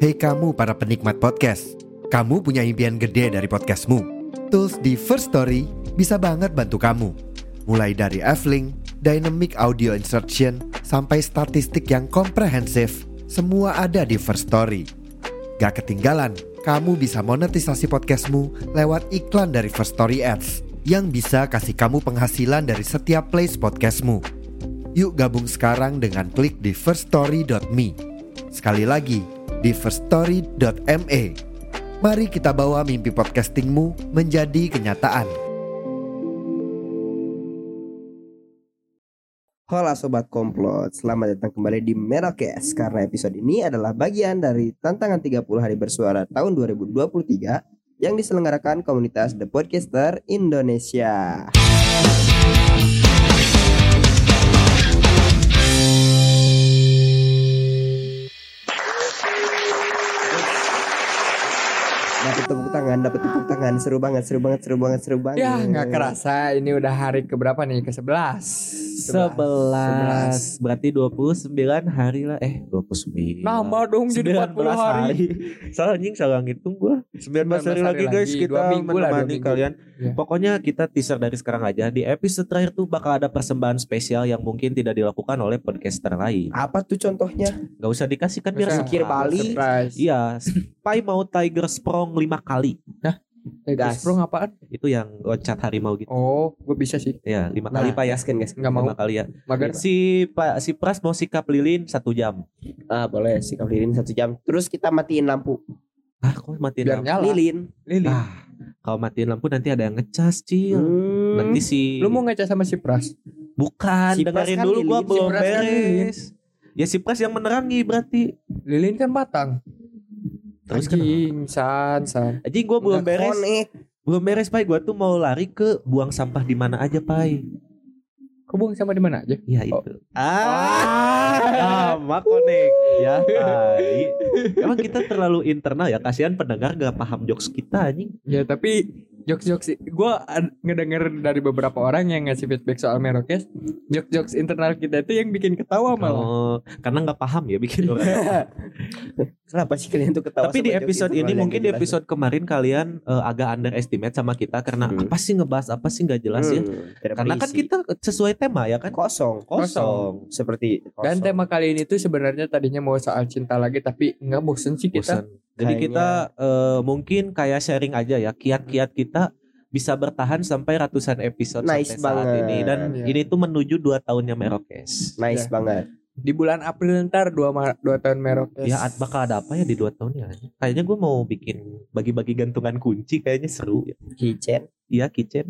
Hei kamu para penikmat podcast, kamu punya impian gede dari podcastmu. Tools di First Story bisa banget bantu kamu. Mulai dari F-Link, Dynamic Audio Insertion, sampai statistik yang komprehensif, semua ada di First Story. Gak ketinggalan, kamu bisa monetisasi podcastmu lewat iklan dari First Story Ads yang bisa kasih kamu penghasilan dari setiap plays podcastmu. Yuk gabung sekarang dengan klik di firststory.me. Sekali lagi, di firststory.me. Mari kita bawa mimpi podcastingmu menjadi kenyataan. Hola Sobat Komplot, selamat datang kembali di Merokes. Karena episode ini adalah bagian dari tantangan 30 hari bersuara tahun 2023 yang diselenggarakan komunitas The Podcaster Indonesia. Dapat tepuk tangan, seru banget. Ya nggak kerasa ini udah hari keberapa nih, ke-11 11 berarti 29 hari lah 29 nambah dong jadi 40 hari. Salah anjing, salah ngitung gua. 19 hari lagi guys, kita menemani kalian ya. Pokoknya kita teaser dari sekarang aja. Di episode terakhir tuh bakal ada persembahan spesial yang mungkin tidak dilakukan oleh podcaster lain. Apa tuh contohnya? Gak usah dikasih kan, biar Sikir Bali. Iya, Pai mau Tiger Sprong 5 kali. Nah, Tiger Sprong apaan? Itu yang loncat harimau gitu. Oh, gue bisa sih. Ya 5 kali Pak ya. Guys. Nggak mau. 5 kali ya. Mager. Si Pras mau sikap lilin 1 jam. Boleh sikap lilin 1 jam. Terus kita matiin lampu. Kok matiin Biar lampu? nyala. Lilin. Kalau matiin lampu nanti ada yang ngecas, Cil. Nanti Lu mau ngecas sama si Pras? Bukan, Si Pras dengerin kan dulu gua lilin. belum Si Pras kan beres. Ya si Pras yang menerangi berarti. Lilin kan batang. Terus Anjing, san. Anjing gua belum Nggak beres. connect. Belum beres, Pai. Gua tuh mau lari ke buang sampah di mana aja, Pai. Kau buang sama di mana aja? Iya itu. Sama connect ya, Pai. Emang kita terlalu internal ya. Kasihan pendengar gak paham jokes kita anjing. Ya tapi jokes sih. Gue ngedenger dari beberapa orang yang ngasih feedback soal Merokes. Jokes internal kita itu yang bikin ketawa malah. Oh, karena nggak paham ya bikin orang. Kenapa sih kalian tuh ketawa? Tapi di sama jokes episode itu ini yang mungkin di nggak jelas? episode kemarin kalian agak underestimate sama kita karena apa sih ngebahas apa sih nggak jelas ya. Tidak Karena kan berisi. kita sesuai tema ya kan. kosong. Seperti kosong. Dan tema kali ini tuh sebenarnya tadinya mau soal cinta lagi, tapi nggak bosen sih kita. Bosan. Jadi Kayaknya- kita mungkin kayak sharing aja ya, kiat-kiat kita bisa bertahan sampai ratusan episode Nice sampai saat banget. ini. Dan Iya. ini tuh menuju 2 tahunnya Merokes. Nice Ya. banget. Di bulan April ntar 2 tahun Merokes. Ya bakal ada apa ya di 2 tahun ya? Kayaknya gue mau bikin bagi-bagi gantungan kunci, kayaknya seru ya. Kitchen. Iya, kitchen.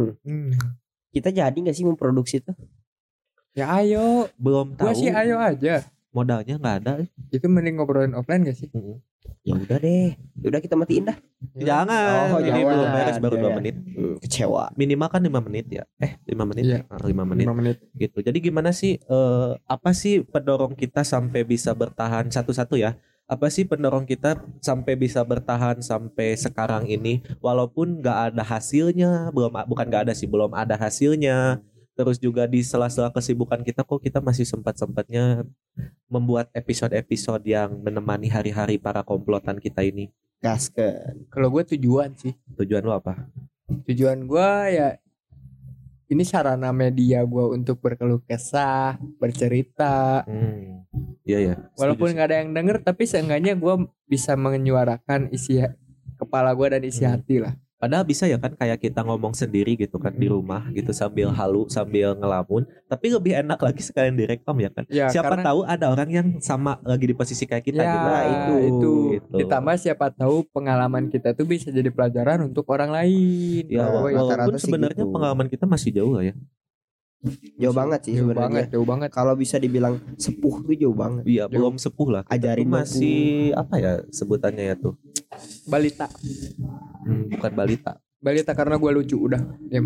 Kita jadi nggak sih memproduksi itu? Ya ayo. Belum Gua tahu. sih ayo aja. Modalnya nggak ada. Itu mending ngobrolin offline gak sih? Ya udah deh. Udah kita matiin dah. Jangan. Oh, Ini jangan. belum beres, baru Ya, 2 ya. menit. Kecewa. Minimal kan 5 menit ya. 5 menit. Iya. 5 menit 5 menit. gitu. Jadi gimana sih apa sih pendorong kita sampai bisa bertahan satu-satu ya? Apa sih pendorong kita sampai bisa bertahan sampai sekarang ini walaupun nggak ada hasilnya, bukan nggak ada sih, belum ada hasilnya. Terus juga di sela-sela kesibukan kita kok kita masih sempat-sempatnya membuat episode-episode yang menemani hari-hari para komplotan kita ini. Gasken. Kalau gue tujuan sih. Tujuan lo apa? Tujuan gue ya ini sarana media gue untuk berkeluh kesah, bercerita. Iya ya. Walaupun nggak ada yang denger, tapi seenggaknya gue bisa menyuarakan isi kepala gue dan isi hati lah. Padahal bisa ya kan kayak kita ngomong sendiri gitu kan di rumah gitu sambil halu sambil ngelamun. Tapi lebih enak lagi sekalian direkam ya kan. Ya, Siapa karena- tahu ada orang yang sama lagi di posisi kayak kita Ya, gitu. Nah, itu. Gitu. Ditambah siapa tahu pengalaman kita tuh bisa jadi pelajaran untuk orang lain. Ya Nah, Boy. rata-rata walaupun sih sebenarnya gitu. pengalaman kita masih jauh lah ya. Jauh banget sih Jauh sebenarnya. banget, jauh banget. Kalau bisa dibilang sepuh tuh jauh banget. Iya belum sepuh lah. Kita Ajarin tuh masih apa ya sebutannya ya tuh. Balita. Bukan balita. Balita karena gue lucu udah.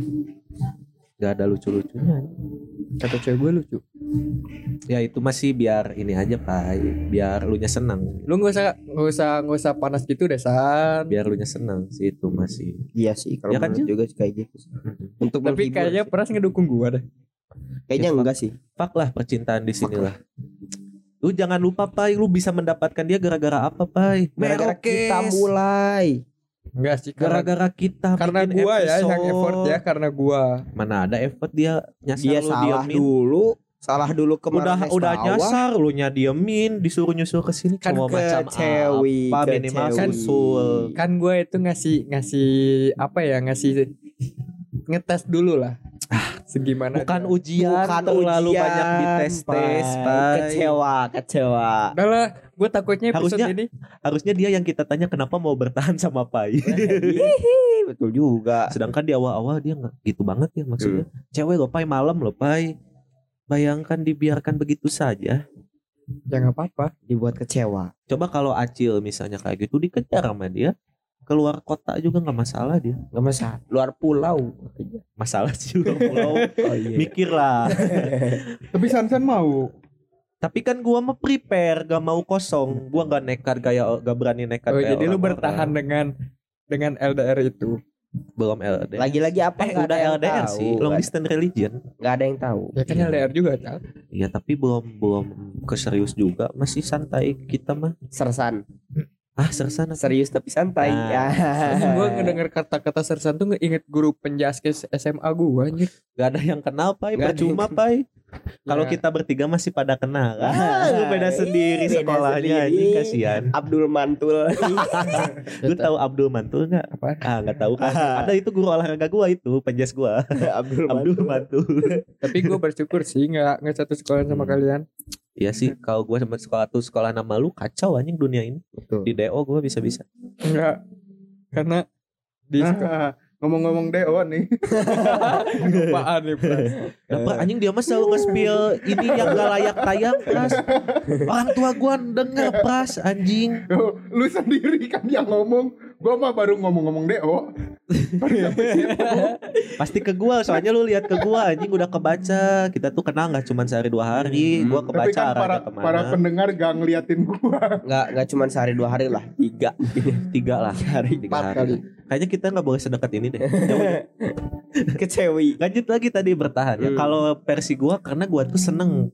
Gak ada lucu-lucunya. Kata cewek gue lucu. Ya itu masih biar ini aja Pak. Biar lu nya senang. Lu nggak usah panas gitu deh San. Biar lu nya senang sih itu masih. Iya sih kalau Ya kan, menurut juga sih kayak gitu sih. Untuk Tapi menghibur kayaknya sih. Pras ngedukung gue deh. Kayaknya Ya, enggak sih. Fuck lah percintaan di sini lah. Lu jangan lupa Pai, lu bisa mendapatkan dia gara-gara apa Pai? Gara-gara kita mulai. Enggak sih, Gara-gara kita karena bikin gua ya yang episode. effort ya, karena gua. Mana ada effort dia nyasar Dia lu salah diemin. dulu kemarin Udah nyasar lu nya diemin, disuruh nyusul ke sini Kan cuma macam kecewi, apa minimal kecewi. susul. Kan gua itu ngasih apa ya, ngasih ngetes dulu lah. Segimana Bukan dia. ujian, Bukan terlalu ujian, banyak dites-tes, Pai. Pai. Kecewa. Udah lah, gue takutnya episode Harusnya- ini Harusnya dia yang kita tanya kenapa mau bertahan sama Pai. Hihi, betul juga. Sedangkan di awal-awal dia nggak gitu banget ya maksudnya. Cewek lo Pai, malam lo Pai. Bayangkan dibiarkan begitu saja. ya nggak apa-apa. Dibuat kecewa. Coba kalau Acil misalnya kayak gitu dikejar sama dia, keluar kota juga nggak masalah dia. Gak masalah. Luar pulau. Masalah sih luar pulau. Oh iya. Mikir lah. Tapi Sansan mau. Tapi kan gua mah prepare, gak mau kosong. Gua gak nekat gak berani nekat. Oh, kayak jadi lu orang-orang. bertahan dengan LDR itu. Belum LDR. Lagi-lagi apa? Nggak Udah ada yang LDR tahu. sih, long distance religion. Gak ada yang tahu. Ya kan LDR juga, Cal. Iya, tapi belum keserius juga, masih santai kita mah. Sersan. Sersan apa? Serius tapi santai. Nah. Ya. Gue ngedenger kata-kata sersan tuh ngeinget guru penjaskes SMA gue anjir. Gak ada yang kenal Pai, Nggak ada percuma yang- Pai. Kalau Ya. kita bertiga masih pada kenal. Lu beda sendiri Beda sekolahnya sendiri. anjing, kasihan. Abdul Mantul. Lu tahu Abdul Mantul enggak? Apa? Enggak tahu kan. Ada itu guru olahraga gua itu, penjas gua. Abdul Abdul Mantul. Mantul. Tapi gue bersyukur sih nggak satu sekolah sama kalian. Iya sih, kalau gua sama sekolah nama lu kacau anjing dunia ini. Betul. Di DO gua bisa-bisa. Enggak. Karena di Nah, ngomong-ngomong DO nih. apaan nih, Pras? Kenapa anjing dia mah selalu nge-spill ini yang gak layak tayang, Pras. Orang tua gua denger, Pras, anjing. Lu sendiri kan yang ngomong. Gua mah baru ngomong-ngomong DO. Pasti ke gua, soalnya lu lihat ke gua anjing udah kebaca. Kita tuh kenal gak cuma sehari 2 hari. Gua Tapi kebaca kan arahnya para kemana. pendengar gak ngeliatin gua. Nggak cuma sehari 2 hari lah. 3. 3 lah. 3 4 hari. kali. Kayaknya kita gak boleh sedekat ini deh. Ya udah. Kecewi. Lanjut lagi tadi bertahan ya. Kalau versi gua karena gua tuh seneng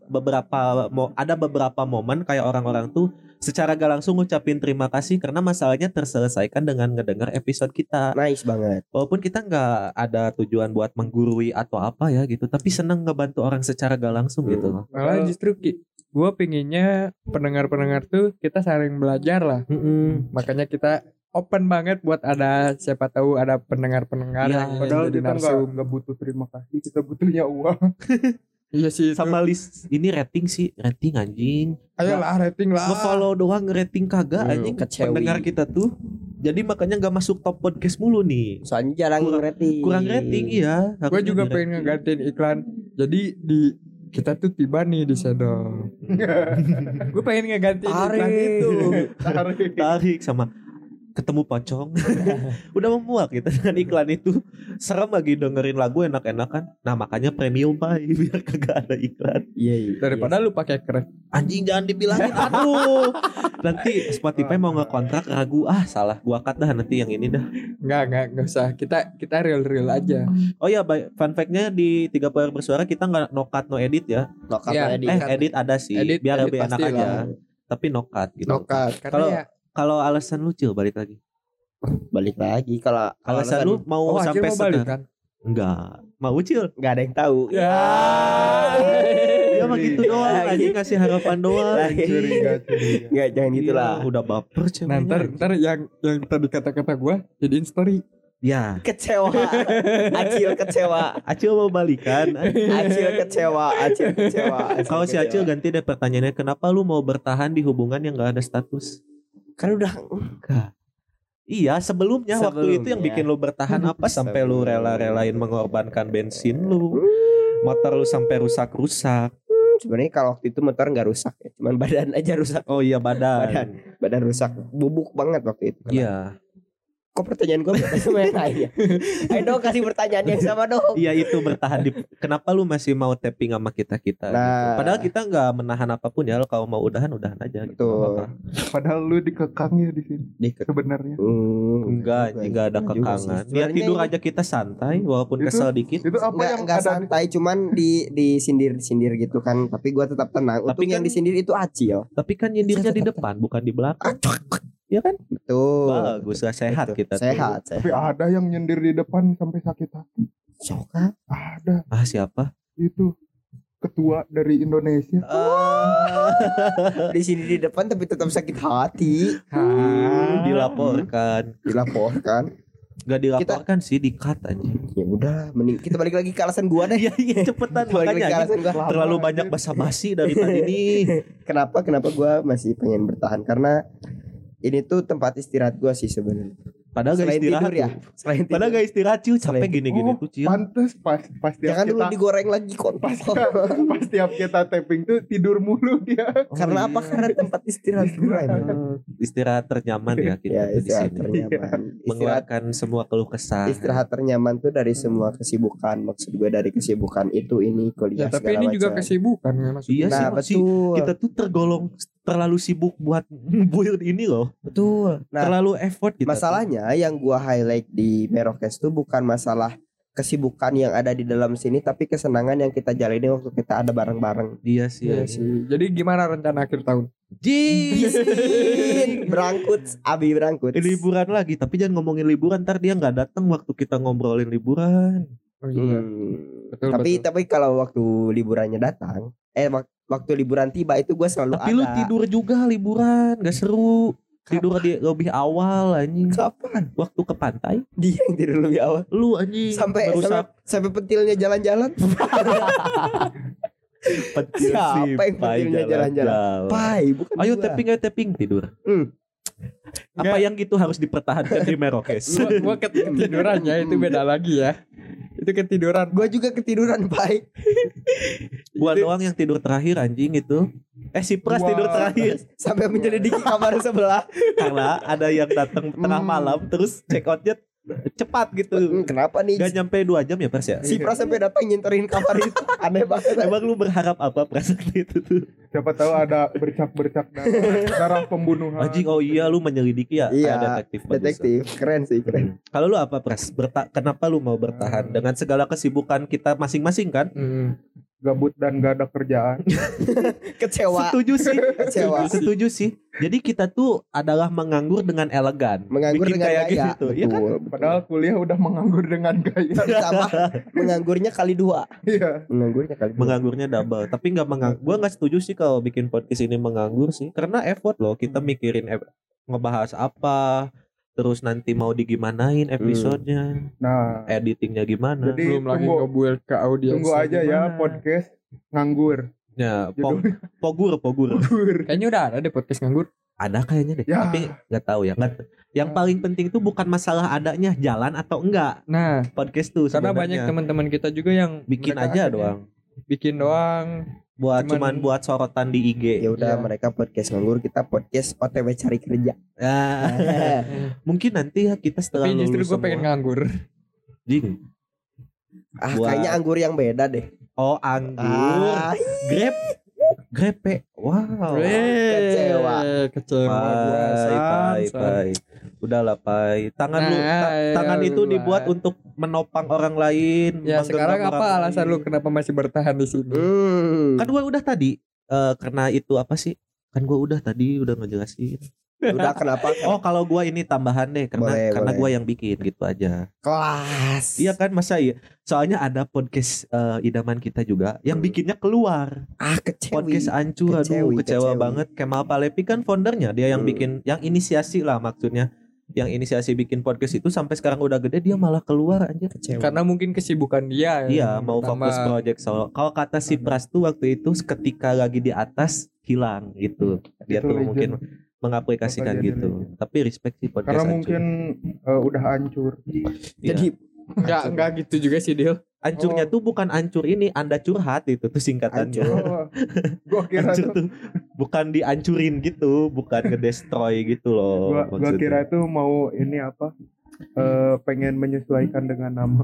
ada beberapa momen kayak orang-orang tuh secara gak langsung ngucapin terima kasih karena masalahnya terselesaikan dengan ngedengar episode kita. Nice banget. Walaupun kita nggak ada tujuan buat menggurui atau apa ya gitu, tapi seneng ngebantu orang secara gak langsung gitu loh. Malah justru gue pinginnya pendengar-pendengar tuh kita saling belajar lah. Makanya kita open banget buat ada siapa tahu ada pendengar-pendengar Iya, yang ingin Padahal jadi kita narsum. nggak butuh terima kasih. Kita butuhnya uang. Iya sih. Sama list ini rating anjing. Ayolah rating lah. Nge-follow doang nge-rating kagak anjing kecewi. pendengar kita tuh. Jadi makanya nggak masuk top podcast mulu nih. Soalnya jarang rating. Kurang rating iya. Gue harusnya juga di pengen rating. ngegantiin iklan. Jadi di kita tuh tiba nih di Shadow. Gue pengen ngegantiin iklan itu. Tarik sama ketemu pocong. Udah memuak gitu dengan iklan itu. Serem lagi dengerin lagu enak-enakan. Nah makanya premium Pak biar kagak ada iklan. Iya. Daripada lu pakai crack. Anjing jangan dibilangin aduh. Nanti Spotify mau ngekontrak ragu. Salah gua cut dah nanti yang ini dah. Enggak usah. Kita real aja. Oh ya fun fact-nya di 3 player bersuara kita nggak no cut no edit ya. Nokat Iya, edit. Edit ada sih Edit- biar edit lebih enak pasti aja. lah. Tapi no cut gitu. Nokat. Karena Kalau ya kalau alasan lu Cil balik lagi. Balik lagi kalau Alasan lu mau oh, sampai akhirnya mau balik sekarang? kan? Enggak. Mau Cil? nggak ada yang tahu. Ya. Dia mah gitu doang anjing ngasih harapan doang anjing. Curiga. Nggak jangan Iya, gitulah. udah baper ceweknya. Nah, ntar yang tadi kata-kata gue jadiin story. Ya, Kecewa. Acil kecewa. Acil mau balikan. Acil kecewa. Acil kecewa. Kalau si Acil ganti deh pertanyaannya, kenapa lu mau bertahan di hubungan yang gak ada status? kan udah Iya, sebelumnya waktu itu yang Sebelumnya. bikin lu bertahan apa sampai lu rela-relain mengorbankan bensin lu, motor lu sampai rusak-rusak. sebenarnya kalau waktu itu motor nggak rusak ya, cuman badan aja rusak. Oh iya badan. Badan rusak, bubuk banget waktu itu. Iya. Kok pertanyaan gue beda sama yang lain ya? Ayo dong kasih pertanyaan yang sama dong. Iya itu bertahan di. Kenapa lu masih mau tapping sama kita gitu? Nah. Padahal kita nggak menahan apapun ya. Kalau mau udahan aja. Gitu. Betul. Padahal lu dikekang ya di sini sebenarnya. Enggak ada kekangan. Biar tidur aja kita santai walaupun kesel dikit. Itu apa yang Enggak ada santai, cuman disindir gitu kan. Tapi gue tetap tenang. Tapi Untung yang kan- disindir itu Acil. Tapi kan nyindirnya di depan bukan di belakang. Iya kan? Betul. Bagus lah, sehat Betul. kita tuh. Sehat. Tapi ada yang nyindir di depan sampai sakit hati. Soka. Ada Siapa? itu ketua dari Indonesia. Di sini di depan tapi tetap sakit hati. Dilaporkan. Gak dilaporkan sih, di-cut aja. Ya udah, mending kita balik lagi ke alasan gua deh. Iya cepetan Balik lagi ke makanya alasan gua. terlalu banyak basa-basi dari tadi nih. Kenapa gua masih pengen bertahan karena ini tuh tempat istirahat gua sih sebenarnya. Padahal gak Selain istirahat tidur ya. tuh. Selain tidur. Padahal gak istirahat Cil, capek Selain- gini-gini tuh Cil. Pantes pas tiap Jangan dulu kita digoreng lagi pas tiap kita tapping tuh tidur mulu dia. Karena apa? Karena tempat istirahat gua emang. Istirahat ternyaman ya kita Ya tuh di istirahat sini. ternyaman. Istirahat Mengeluarkan semua keluh kesah. istirahat ternyaman tuh dari semua kesibukan. Maksud gue dari kesibukan itu ini kuliah Ya, tapi segala ini juga macam. kesibukan ya maksudnya. Iya sih, Nah masih betul. kita tuh tergolong terlalu sibuk buat build ini loh. Betul. Nah Terlalu effort kita. masalahnya yang gua highlight di Merokes tuh bukan masalah kesibukan yang ada di dalam sini, tapi kesenangan yang kita jalani waktu kita ada bareng-bareng. Dia sih. Iya sih. Jadi gimana rencana akhir tahun? Biskin berangkut, Abi berangkut. Liburan lagi, tapi jangan ngomongin liburan, ntar dia nggak datang waktu kita ngobrolin liburan. Oh, iya. Betul, Tapi kalau waktu liburannya datang, waktu liburan tiba itu gue selalu Tapi ada. lu tidur juga liburan, gak seru. Tidur di lebih awal anjing. Kapan? Waktu ke pantai, Dia yang tidur lebih awal. lu anjing Sampai sampai pentilnya jalan-jalan. petil Siapa sih, yang pai pentilnya jalan-jalan? Pai, bukan Ayo gua. tapping tidur. Apa Nggak. yang gitu harus dipertahankan di Merokes? Gua ketidurannya itu beda lagi ya. Itu ketiduran. Gue juga ketiduran, Pai. Gua doang yang tidur terakhir anjing itu. Si Pras Wah. tidur terakhir Sampai menyelidiki kamar sebelah. karena ada yang datang tengah malam terus check outnya cepat gitu. Kenapa nih? Gak nyampe 2 jam ya Pras ya? Si Pras sampai datang nyinterin kamar itu. Aneh banget. Emang lu berharap apa Pras waktu itu tuh? Siapa tahu ada bercak-bercak darah pembunuhan. Anjing, oh iya lu menyelidiki ya? Iya, Kayak detektif. bagus. Detektif, keren sih, keren. Kalau lu apa Pras? Kenapa lu mau bertahan dengan segala kesibukan kita masing-masing kan? Gabut dan gak ada kerjaan. Kecewa. Setuju sih. Kecewa. Setuju sih. Jadi kita tuh adalah menganggur dengan elegan. Menganggur Bikin dengan kayak gaya. gitu. Iya kan? Betul. Padahal kuliah udah menganggur dengan gaya. Ditambah menganggurnya kali 2. Iya. Menganggurnya kali 2. Menganggurnya double. Tapi nggak gua nggak setuju sih kalau bikin podcast ini menganggur sih. Karena effort loh. Kita mikirin ngebahas apa. Terus nanti mau digimanain episodenya. Nah, Editingnya gimana. Jadi Belum lagi tunggu- ngebuild ke audiens. tunggu aja ya podcast nganggur. Ya, Judul- pogur. Kayaknya udah ada deh podcast nganggur. Ada kayaknya deh. Ya. Tapi nggak tahu ya. Yang paling penting tuh bukan masalah adanya jalan atau enggak Nah, podcast tuh. karena sebenarnya. banyak teman-teman kita juga yang bikin mereka aja akhirnya doang. bikin doang. Cuman buat sorotan di IG. Ya udah Iya. mereka podcast nganggur, kita podcast OTW cari kerja. Ah, mungkin nanti ya kita setelah Tapi justru lulus gue pengen semua. nganggur. Jing. Buat- Kayaknya anggur yang beda deh. Oh anggur. Grepe. Wow. Kecewa. Kecewa gua. Pai. Udahlah Pai. Tangan tangan ya itu Allah. dibuat untuk menopang orang lain. Ya menggenggam sekarang orang apa alasan lain. lu kenapa masih bertahan di sini? Kan gue udah tadi karena itu apa sih? Kan gue udah tadi udah ngejelasin. Udah kenapa? Oh kalau gue ini tambahan deh karena Boleh. gue yang bikin gitu aja. Kelas. Iya kan masa ya? Soalnya ada podcast idaman kita juga yang bikinnya keluar. Kecewi. Podcast ancur, aduh kecewa banget. Kemal Palevi kan foundernya, dia yang bikin, yang inisiasi lah maksudnya. Yang inisiasi bikin podcast itu sampai sekarang udah gede dia malah keluar anjir. Kecewi. Karena mungkin kesibukan dia. Iya, yang mau bertambah. fokus project solo. Kalau kata si Pras tuh waktu itu ketika lagi di atas hilang gitu. Dia Itu tuh legend. mungkin mengaplikasikan Bakal jadi gitu. Tapi respect sih podcast Karena Ancur. mungkin udah hancur. Iya. Jadi Enggak gitu juga sih Dil. Ancurnya tuh bukan ancur ini, Anda curhat itu tuh singkatannya. Oh, gua kira Hancur tuh, tuh bukan dihancurin gitu, bukan ngedestroy gitu loh. gua maksudnya. kira tuh mau ini apa? pengen menyesuaikan dengan nama.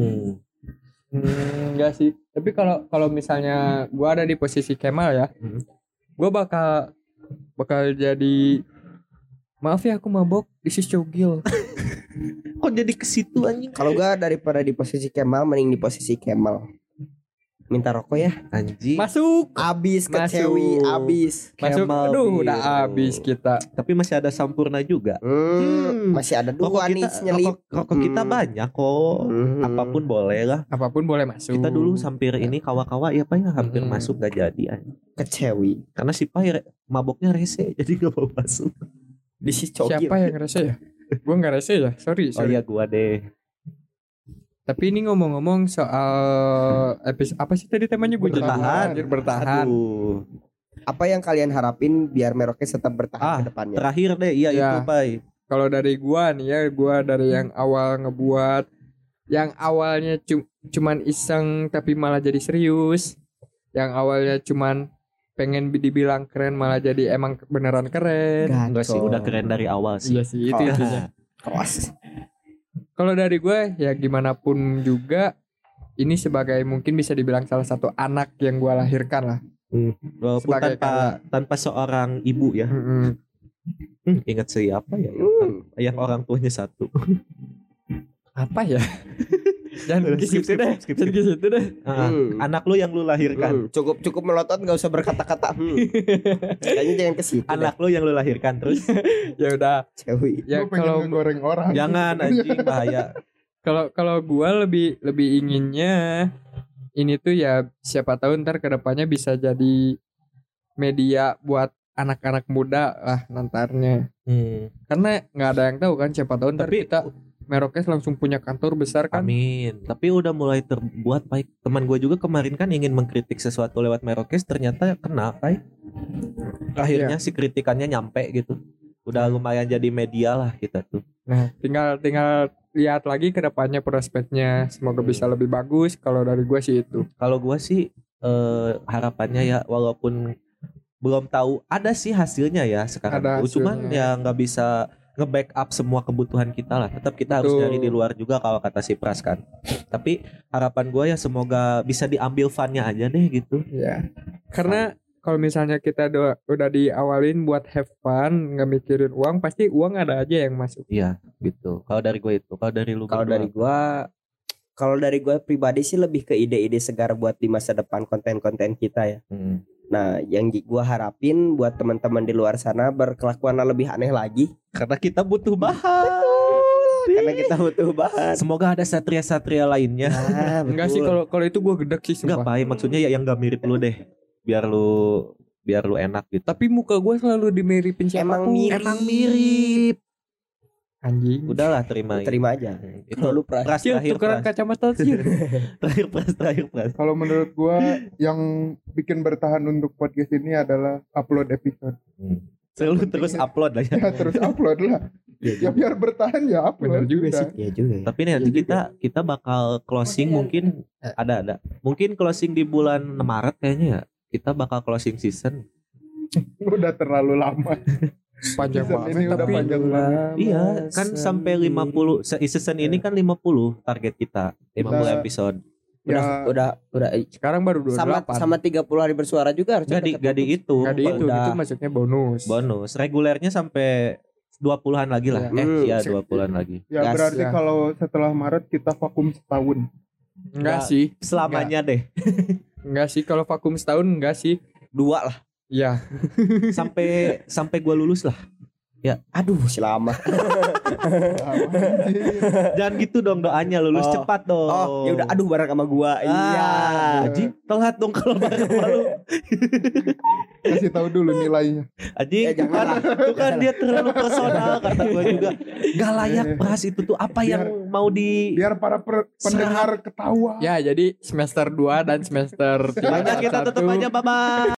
Enggak sih. Tapi kalau misalnya gue ada di posisi Kemal ya, gue bakal jadi, maaf ya aku mabok, this is Cogil. Kok jadi ke situ anjing? Kalau gua daripada di posisi Kemal, mending di posisi Kemal. Minta rokok ya. Anjing. Masuk. Abis ke Masuk. Cewi, abis. Masuk. Kemal Aduh, Bill. udah habis kita. Tapi masih ada Sampurna juga. Masih ada Rokok dua nih kita, nyelip. rokok kita banyak kok. Apapun boleh lah. Apapun boleh masuk. Kita dulu hampir ini kawa-kawa ya Pak ya hampir masuk gak jadi anjing. Ke Cewi. Karena si Pai maboknya rese jadi gak mau masuk. This is Cogil. Siapa yang rese ya? Gue nggak rese ya, sorry. Oh iya gua deh. Tapi ini ngomong-ngomong soal episode apa sih tadi temanya, gue jadi Bertahan. anjir, bertahan. Aduh. Apa yang kalian harapin biar Merokes tetap bertahan ke depannya? Terakhir deh iya Ya. itu Pai. Kalau dari gua nih ya, gua dari yang awal ngebuat, yang awalnya cuman iseng tapi malah jadi serius, yang awalnya cuman pengen dibilang keren malah jadi emang beneran keren. Enggak sih udah keren dari awal sih. Iya sih, itu intinya. Kelas. Kalau dari gue ya gimana pun juga, ini sebagai mungkin bisa dibilang salah satu anak yang gue lahirkan lah. Walaupun Sebagai tanpa seorang ibu ya. Ingat siapa ya yang orang tuanya satu. Apa ya? Jangan Skip, gitu deh. skip. Jangan gitu deh. Anak lu yang lu lahirkan. Cukup melotot, nggak usah berkata-kata. Kayaknya jangan ke situ. Anak lu yang lu lahirkan terus. Ya udah. Cewi. Ya Gue pengen kalau ngegoreng orang. Jangan anjing bahaya. kalau gue lebih inginnya ini tuh ya siapa tahu ntar kedepannya bisa jadi media buat anak-anak muda lah nantarnya. Karena nggak ada yang tahu kan, siapa tahu ntar Tapi kita Merokes langsung punya kantor besar kan. amin. Tapi udah mulai terbuat baik. Teman gue juga kemarin kan ingin mengkritik sesuatu lewat Merokes, ternyata kena baik. Akhirnya si kritikannya nyampe gitu. Udah lumayan jadi media lah kita tuh. Nah, tinggal lihat lagi ke depannya prospeknya, semoga bisa lebih bagus. Kalau dari gue sih itu. Kalau gue sih harapannya ya walaupun belum tahu ada sih hasilnya ya sekarang. Ada Cuman hasilnya. ya nggak bisa nge-backup semua kebutuhan kita lah. Tetap kita harus Betul. nyari di luar juga kalau kata si Pras kan. Tapi harapan gue ya semoga bisa diambil fun-nya aja deh gitu. Ya. Karena kalau misalnya kita udah diawalin buat have fun, nggak mikirin uang, pasti uang ada aja yang masuk. Iya gitu. Kalau dari gue itu. Kalau dari lu Kalau berdua? dari gua pribadi sih lebih ke ide-ide segar buat di masa depan konten-konten kita ya. Nah, yang gua harapin buat teman-teman di luar sana berkelakuan lebih aneh lagi. Karena kita butuh bahan. Karena kita butuh bahan. Semoga ada satria-satria lainnya. Nah, Enggak sih, kalau itu gue gedek sih Enggak, sumpah. Pai. Maksudnya ya yang gak mirip lu deh. Biar lu enak gitu. Tapi muka gue selalu dimiripin Emang siapapun. mirip. Anjing. Udahlah terima. Terima aja. Itu Kalau lu Pras. Pras Cil, terakhir tukeran Pras. kacamata Cil. Terakhir Pras. Kalau menurut gua yang bikin bertahan untuk podcast ini adalah upload episode. Selalu terus upload lah ya. Ya terus upload lah. Ya biar bertahan ya upload. Bener juga Udah. sih. Iya juga ya. Tapi nanti kita bakal closing mungkin ada. Mungkin closing di bulan Maret kayaknya ya. Kita bakal closing season. Udah terlalu lama. Panjang Season banget ini udah tapi panjang banget. Iya, kan sampai 50 season ini kan 50 target kita. 50 episode. Ya, Udah sekarang baru 28. sama 30 hari bersuara juga harus Gak di itu. Nggak di itu Udah. maksudnya bonus. Bonus. Regulernya sampai 20-an lagi lah. Iya. 20-an lagi. ya Gas, berarti ya. kalau setelah Maret kita vakum setahun. Enggak sih. Selamanya deh. Enggak sih, kalau vakum setahun enggak sih. 2 lah. Iya. sampai gua lulus lah. Aduh, selama. Jangan gitu dong doanya, lulus Oh. cepat dong. Oh, ya udah aduh bareng sama gua. Iya. Anjing, telat dong kalau bareng sama lu. Kasih tahu dulu nilainya. Anjing, Ya, jangan lah. tuh kan dia terlalu personal kata gua juga. Gak layak Pras itu tuh apa yang mau di Biar para pendengar ketawa. Ya, jadi semester 2 dan semester 3. banyak kita tutup aja, bye-bye.